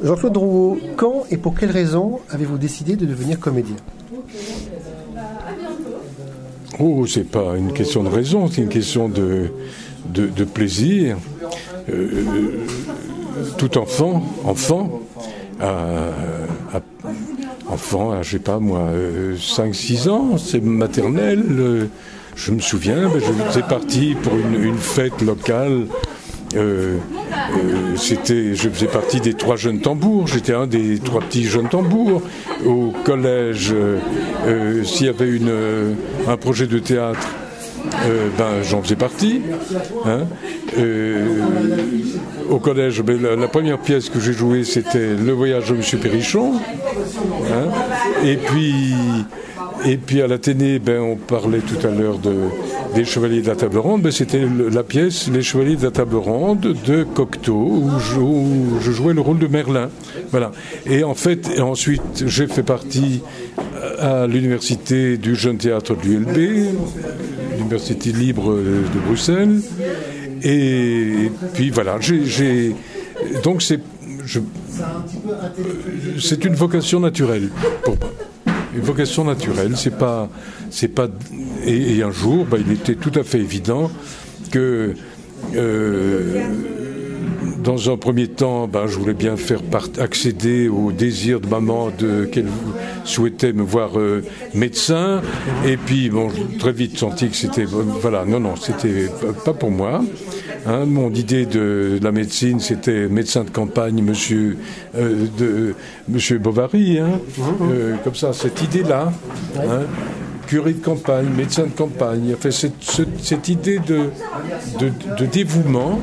Jean-Claude Drouot, quand et pour quelles raisons avez-vous décidé de devenir comédien ? Oh, c'est pas une question de raison, c'est une question de plaisir. Tout enfant, je sais pas moi, 5-6 ans, c'est maternel. Je me souviens, je faisais partie pour une fête locale. Je faisais partie des 3 jeunes tambours. J'étais un des 3 petits jeunes tambours. Au collège, s'il y avait un projet de théâtre, j'en faisais partie. Au collège, la première pièce que j'ai jouée, c'était Le Voyage de Monsieur Perrichon. Et puis à l'Athénée, on parlait tout à l'heure des Chevaliers de la Table Ronde. C'était la pièce Les Chevaliers de la Table Ronde de Cocteau, où je jouais le rôle de Merlin. Voilà. Et ensuite, j'ai fait partie à l'université du Jeune Théâtre de l'ULB, l'université libre de Bruxelles. Et puis voilà, donc c'est une vocation naturelle pour moi. Une vocation naturelle, c'est pas. Et un jour, il était tout à fait évident que dans un premier temps, je voulais bien faire accéder au désir de maman qu'elle souhaitait me voir médecin. Et puis, j'ai très vite senti que c'était... c'était pas pour moi. Mon idée de la médecine, c'était médecin de campagne, monsieur Bovary. Comme ça, cette idée-là. Curé de campagne, médecin de campagne. Enfin, cette idée de dévouement...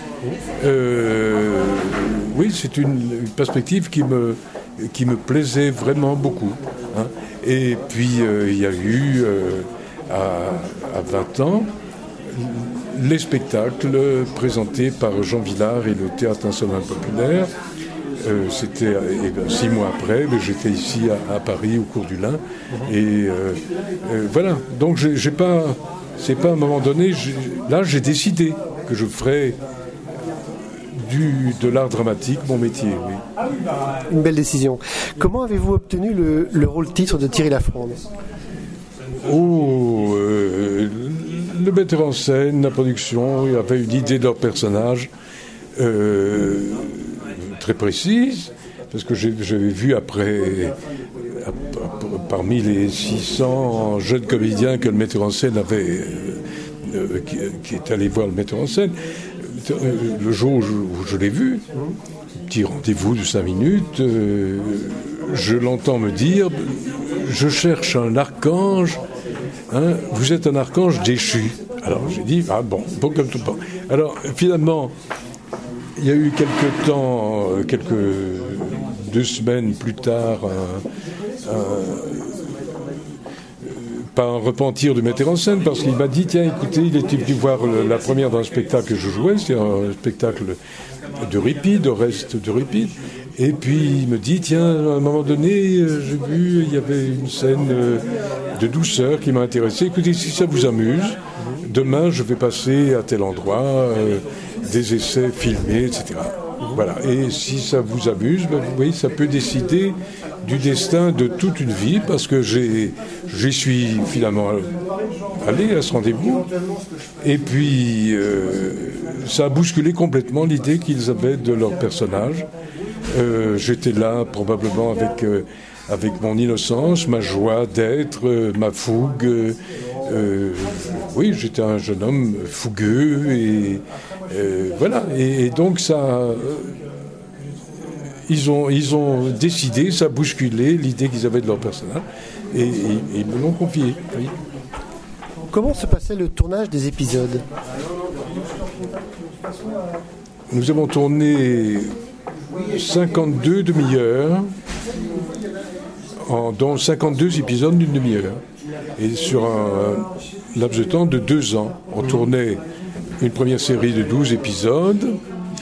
oui, c'est une perspective qui me plaisait vraiment beaucoup. Et puis, il y a eu, à 20 ans, les spectacles présentés par Jean Villard et le Théâtre National Populaire. C'était 6 mois après, j'étais ici à Paris au cours du Lin. Et voilà, donc c'est pas à un moment donné, j'ai décidé que je ferais de l'art dramatique mon métier. Oui. Une belle décision. Comment avez-vous obtenu le rôle-titre de Thierry Lafronde ? Le metteur en scène, la production, il avait une idée de leur personnage très précise, parce que j'avais vu après, parmi les 600 jeunes comédiens que le metteur en scène avait, qui est allé voir le metteur en scène, le jour où je l'ai vu, petit rendez-vous de 5 minutes, je l'entends me dire « Je cherche un archange, vous êtes un archange déchu ». Alors j'ai dit « Ah bon comme tout bon ». Alors finalement, il y a eu quelques temps, 2 semaines plus tard, pas un repentir du metteur en scène, parce qu'il m'a dit, tiens, écoutez, il était venu voir la première d'un spectacle que je jouais, c'est un spectacle d'Euripide, Oreste d'Euripide, et puis il me dit, tiens, à un moment donné, j'ai vu, il y avait une scène de douceur qui m'a intéressé, écoutez, si ça vous amuse, demain je vais passer à tel endroit, des essais filmés, etc. Voilà, et si ça vous amuse, vous voyez, ça peut décider du destin de toute une vie, parce que j'y suis finalement allé à ce rendez-vous, et puis ça a bousculé complètement l'idée qu'ils avaient de leur personnage. J'étais là probablement avec mon innocence, ma joie d'être, ma fougue. Oui, j'étais un jeune homme fougueux, et voilà, et donc ça... Ils ont décidé, ça a bousculé l'idée qu'ils avaient de leur personnage, et ils me l'ont confié. Oui. Comment se passait le tournage des épisodes ? Nous avons tourné 52 demi-heures, dont 52 épisodes d'une demi-heure. Et sur un laps de temps de 2 ans, on tournait une première série de 12 épisodes,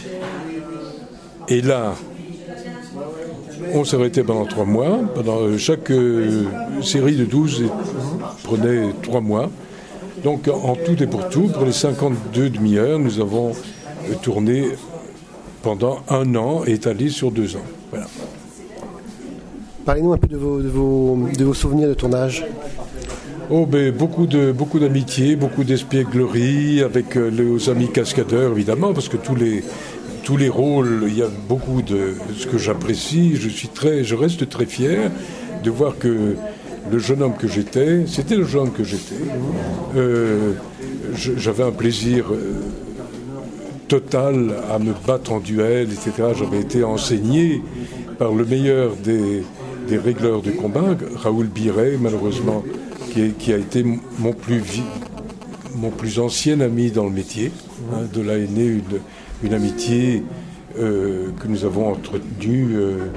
et là, on s'arrêtait pendant 3 mois. Chaque série de 12 prenait 3 mois. Donc en tout et pour tout, pour les 52 demi-heures, nous avons tourné pendant 1 an, étalé sur 2 ans. Voilà. Parlez-nous un peu de vos souvenirs de tournage. Oh, ben, beaucoup d'amitié, beaucoup d'espièglerie avec les amis cascadeurs, évidemment, parce que tous les rôles, il y a beaucoup de ce que j'apprécie. Je reste très fier de voir que le jeune homme que j'étais, c'était le jeune homme que j'étais. J'avais un plaisir total à me battre en duel, etc. J'avais été enseigné par le meilleur des régleurs de combat, Raoul Biret, malheureusement, qui a été mon plus ancien ami dans le métier. De là est née une amitié que nous avons entretenue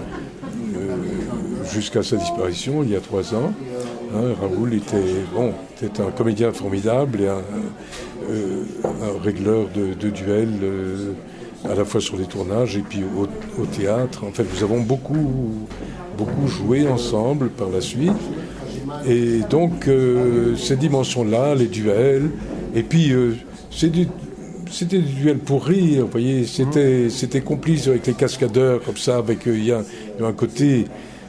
jusqu'à sa disparition, il y a 3 ans. Raoul était un comédien formidable et un régleur de duel à la fois sur les tournages et puis au théâtre. En fait, nous avons beaucoup joué ensemble par la suite. Et donc, ces dimensions-là, les duels, et puis c'était des duels pour rire, vous voyez, c'était complice avec les cascadeurs, comme ça, avec il y a un côté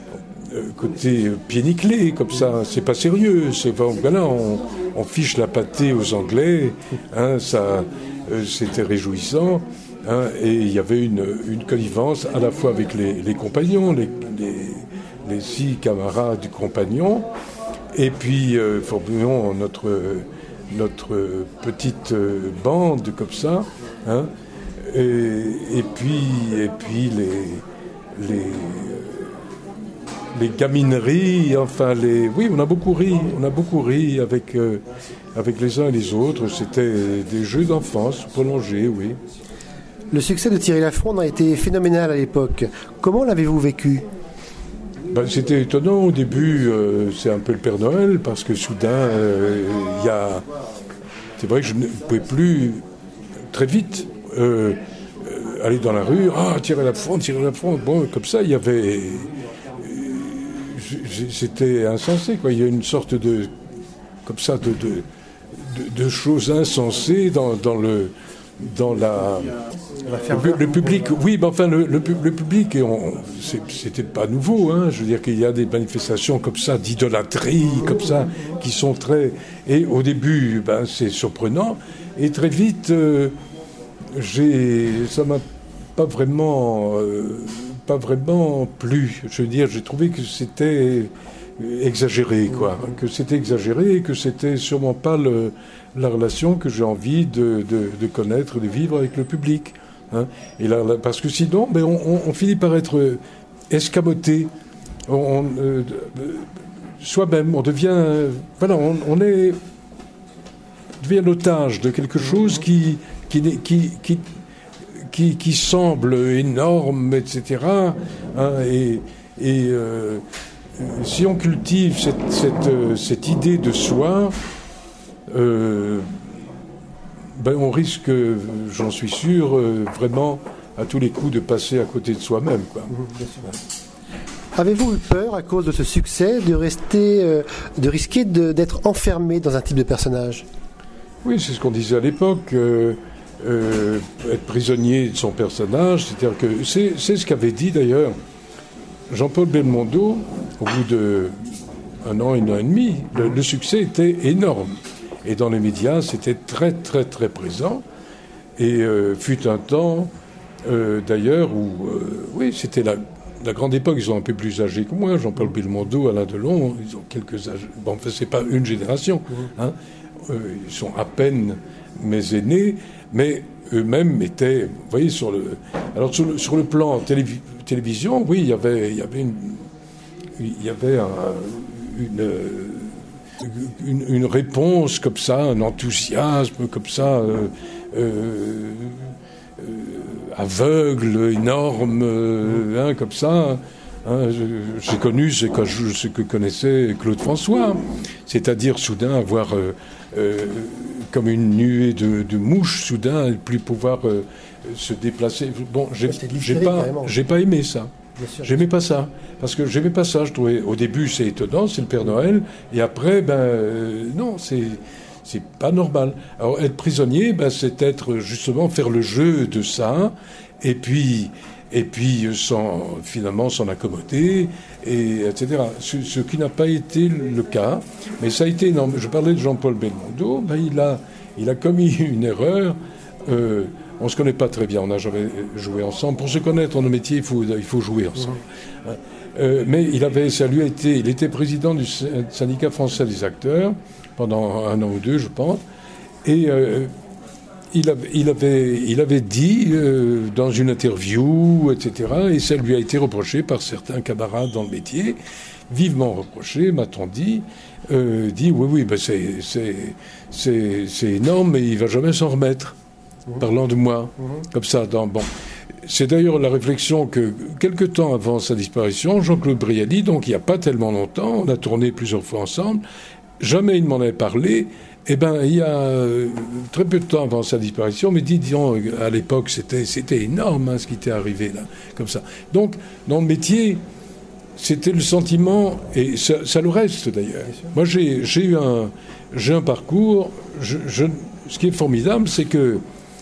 pied nickelé, comme ça, c'est pas sérieux, voilà, on fiche la pâtée aux Anglais, c'était réjouissant, et il y avait une connivence à la fois avec les compagnons, les 6 camarades du compagnon, et puis formions notre petite bande comme ça, et puis les gamineries, enfin oui, on a beaucoup ri avec les uns et les autres. C'était des jeux d'enfance prolongés, oui. Le succès de Thierry Lafronde a été phénoménal à l'époque. Comment l'avez-vous vécu ? C'était étonnant au début, c'est un peu le Père Noël, parce que soudain, c'est vrai que je ne pouvais plus très vite aller dans la rue, Thierry Lafronde, bon, comme ça, il y avait... C'était insensé, quoi. Il y a une sorte de choses insensées dans le public. Oui, mais enfin le public, c'était pas nouveau. Je veux dire qu'il y a des manifestations comme ça d'idolâtrie, comme ça, qui sont très. Et au début, c'est surprenant, et très vite, ça m'a pas vraiment plu. Je veux dire, j'ai trouvé que c'était exagéré, quoi. Que c'était exagéré et que c'était sûrement pas la relation que j'ai envie de connaître, de vivre avec le public. Et là, parce que sinon, on finit par être escamoté. Soi-même, on devient... voilà, on devient l'otage de quelque chose qui semble énorme, etc. Si on cultive cette idée de soi, on risque, j'en suis sûr, vraiment à tous les coups de passer à côté de soi-même, quoi. Avez-vous eu peur, à cause de ce succès, de risquer d'être enfermé dans un type de personnage ? Oui, c'est ce qu'on disait à l'époque. Être prisonnier de son personnage, c'est-à-dire que c'est ce qu'avait dit d'ailleurs Jean-Paul Belmondo au bout d'1 an et demi. Le succès était énorme et dans les médias c'était très très très présent, et fut un temps d'ailleurs où oui, c'était la grande époque. Ils sont un peu plus âgés que moi, Jean-Paul Belmondo, Alain Delon, ils ont quelques âges, c'est pas une génération, ils sont à peine mes aînés, mais eux-mêmes étaient, vous voyez, sur le plan télévision, oui, il y avait une réponse comme ça, un enthousiasme comme ça, aveugle, énorme, comme ça. J'ai connu ce que connaissait Claude François, c'est-à-dire soudain avoir comme une nuée de mouches, soudain, et plus pouvoir se déplacer. Bon, j'ai pas aimé ça. J'aimais pas ça, parce que j'aimais pas ça. Je trouvais, au début, c'est étonnant, c'est le Père Noël, et après, non, c'est pas normal. Alors, être prisonnier, c'est être justement faire le jeu de ça, et puis finalement s'en accommoder, etc. Ce qui n'a pas été le cas, mais ça a été énorme. Je parlais de Jean-Paul Belmondo, il a commis une erreur. On ne se connaît pas très bien, on n'a jamais joué ensemble. Pour se connaître dans le métier, il faut jouer ensemble. Mais il était président du syndicat français des acteurs pendant 1 an ou 2, je pense, et il avait dit dans une interview, etc., et ça lui a été reproché par certains camarades dans le métier, vivement reproché, m'a-t-on dit, oui, ben c'est énorme, mais il ne va jamais s'en remettre, parlant de moi, comme ça. C'est d'ailleurs la réflexion que, quelque temps avant sa disparition, Jean-Claude Brialy, donc il n'y a pas tellement longtemps, on a tourné plusieurs fois ensemble, jamais il m'en avait parlé. Eh bien, il y a très peu de temps avant sa disparition, mais disons, à l'époque, c'était énorme ce qui était arrivé là, comme ça. Donc, dans le métier, c'était le sentiment, et ça le reste d'ailleurs. Moi, j'ai un parcours, ce qui est formidable, c'est que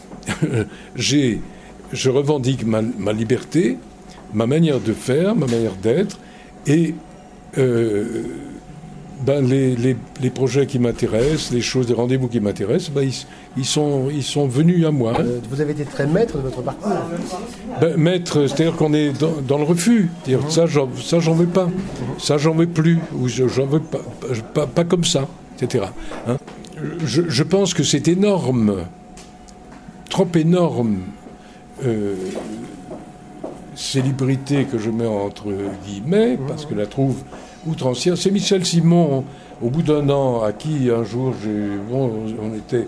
je revendique ma liberté, ma manière de faire, ma manière d'être, et les projets qui m'intéressent, les choses, les rendez-vous qui m'intéressent, ils sont venus à moi. Vous avez été très maître de votre parcours. Maître, c'est-à-dire qu'on est dans le refus. C'est-à-dire ça, j'en veux pas. Ça, j'en veux plus. Ou j'en veux pas comme ça, etc. Hein? Je pense que c'est énorme, trop énorme, célébrité que je mets entre guillemets, parce que la trouve outrancière. C'est Michel Simon, au bout d'1 an, à qui un jour on était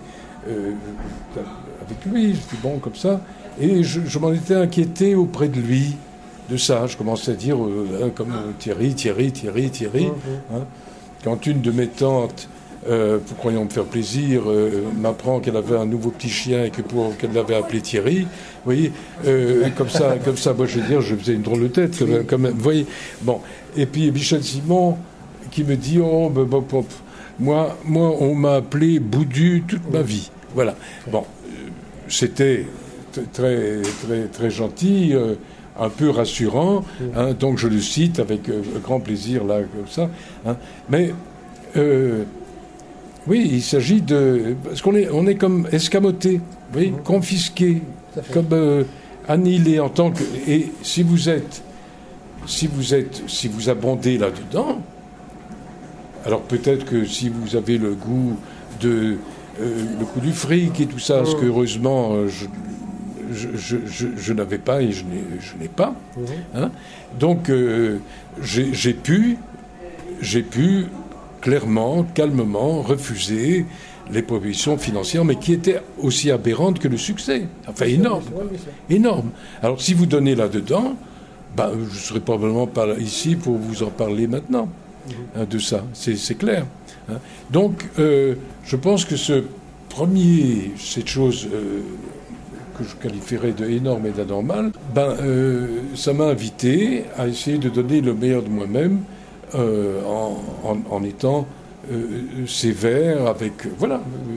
avec lui, comme ça, et je m'en étais inquiété auprès de lui de ça. Je commençais à dire comme Thierry. Hein. Quand une de mes tantes, pour croyant me faire plaisir, m'apprend qu'elle avait un nouveau petit chien et qu'elle l'avait appelé Thierry, vous voyez, comme ça, moi je veux dire, je faisais une drôle de tête quand même, vous voyez. Bon, et puis Michel Simon qui me dit, moi on m'a appelé Boudu toute ma vie, voilà. Bon, c'était très très très gentil, un peu rassurant, hein, donc je le cite avec grand plaisir là comme ça, hein, mais oui, il s'agit de... Parce qu'on est comme escamoté, vous voyez, confisqué, comme annihilé en tant que... Et si vous abondez là-dedans, alors peut-être que si vous avez le goût le goût du fric et tout ça, ce que heureusement je n'avais pas et je n'ai pas, hein, donc j'ai pu clairement, calmement, refuser les propositions financières, mais qui étaient aussi aberrantes que le succès. Enfin, énorme. Alors, si vous donnez là-dedans, je ne serai probablement pas ici pour vous en parler maintenant, de ça. C'est clair. Hein. Donc, je pense que cette chose que je qualifierais d'énorme et d'anormal, ça m'a invité à essayer de donner le meilleur de moi-même, en étant sévère avec... voilà.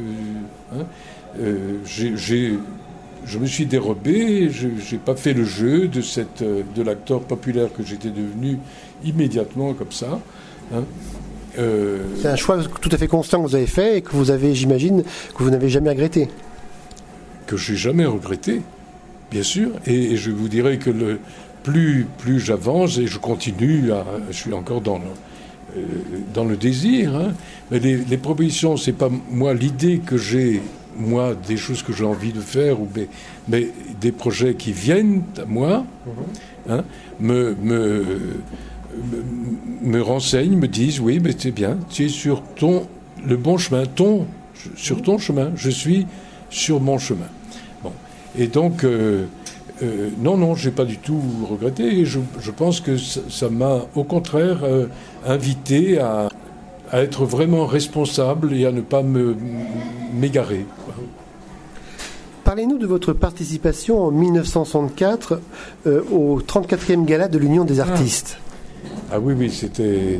Je me suis dérobé, je n'ai pas fait le jeu de l'acteur populaire que j'étais devenu immédiatement comme ça. Hein. C'est un choix tout à fait constant que vous avez fait et que vous avez, j'imagine, que vous n'avez jamais regretté. Que je n'ai jamais regretté, bien sûr. Et je vous dirais que plus j'avance, et je continue, je suis encore dans le désir, hein, mais les propositions, c'est pas moi l'idée que j'ai, moi, des choses que j'ai envie de faire, mais des projets qui viennent à moi, hein, me renseignent, me disent, oui, mais c'est bien, tu es sur le bon chemin, sur ton chemin, je suis sur mon chemin. Bon. Et donc... non, je n'ai pas du tout regretté. Et je pense que ça m'a, au contraire, invité à être vraiment responsable et à ne pas m'égarer. Parlez-nous de votre participation en 1964 au 34e gala de l'Union des artistes. Ah oui, c'était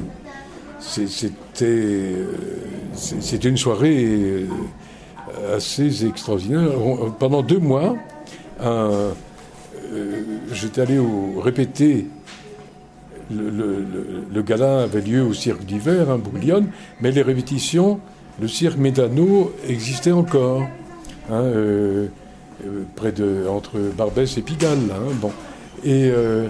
une soirée assez extraordinaire. Pendant 2 mois, j'étais allé répéter. Le gala avait lieu au cirque d'hiver, hein, Bouglione, mais les répétitions, le cirque Médano existait encore, hein, entre Barbès et Pigalle. Hein, bon. Et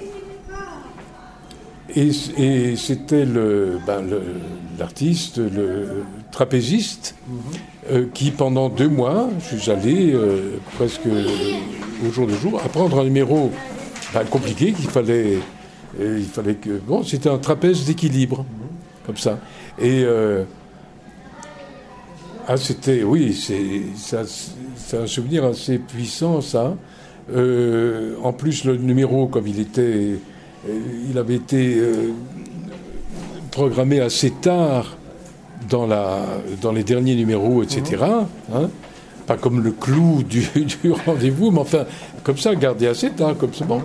c'était l'artiste, le trapéziste, qui pendant 2 mois, je suis allé presque au jour le jour, apprendre un numéro compliqué qu'il fallait... il fallait que... Bon, c'était un trapèze d'équilibre, comme ça. Et... c'était... Oui, c'est un souvenir assez puissant, ça. En plus, le numéro, comme il avait été programmé assez tard dans les derniers numéros, etc. Hein, pas comme le clou du rendez-vous, mais enfin, comme ça, gardé assez tard, comme ça. Bon.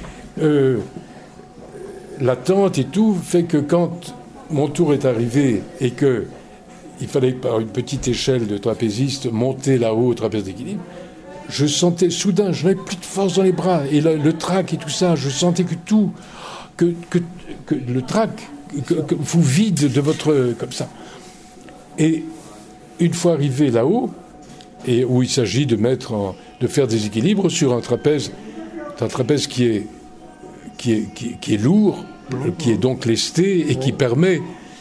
L'attente et tout fait que quand mon tour est arrivé et que il fallait par une petite échelle de trapéziste monter là-haut au trapèze d'équilibre, je sentais soudain, je n'avais plus de force dans les bras et le trac et tout ça, je sentais que le trac que vous vide de votre comme ça. Et une fois arrivé là-haut, et où il s'agit de faire des équilibres sur un trapèze qui est lourd, qui est donc lesté et qui permet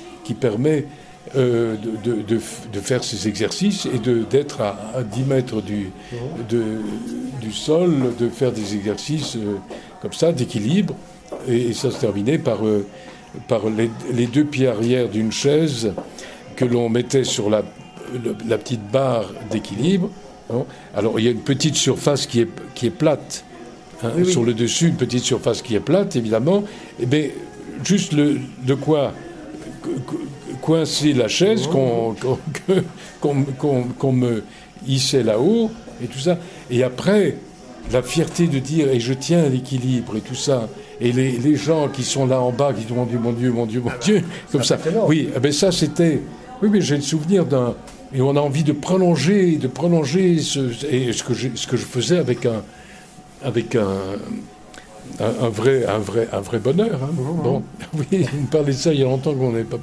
de faire ces exercices et d'être à 10 mètres du sol, de faire des exercices comme ça, d'équilibre. Et ça se terminait par les 2 pieds arrière d'une chaise que l'on mettait sur la petite barre d'équilibre. Hein. Alors il y a une petite surface qui est plate. Hein, oui. Sur le dessus, une petite surface qui est plate, évidemment. Et bien, juste de quoi coincer la chaise qu'on me hissait là-haut, et tout ça. Et après, la fierté de dire, et je tiens à l'équilibre, et tout ça. Et les gens qui sont là en bas, qui disent, mon Dieu, mon Dieu, mon Dieu, mon Dieu, comme ça. Oui, eh bien ça, c'était... Oui, mais j'ai le souvenir d'un... Et on a envie de prolonger ce que je faisais avec un vrai bonheur. Hein. Bon, oui, vous me parlez de ça il y a longtemps qu'on n'avait pas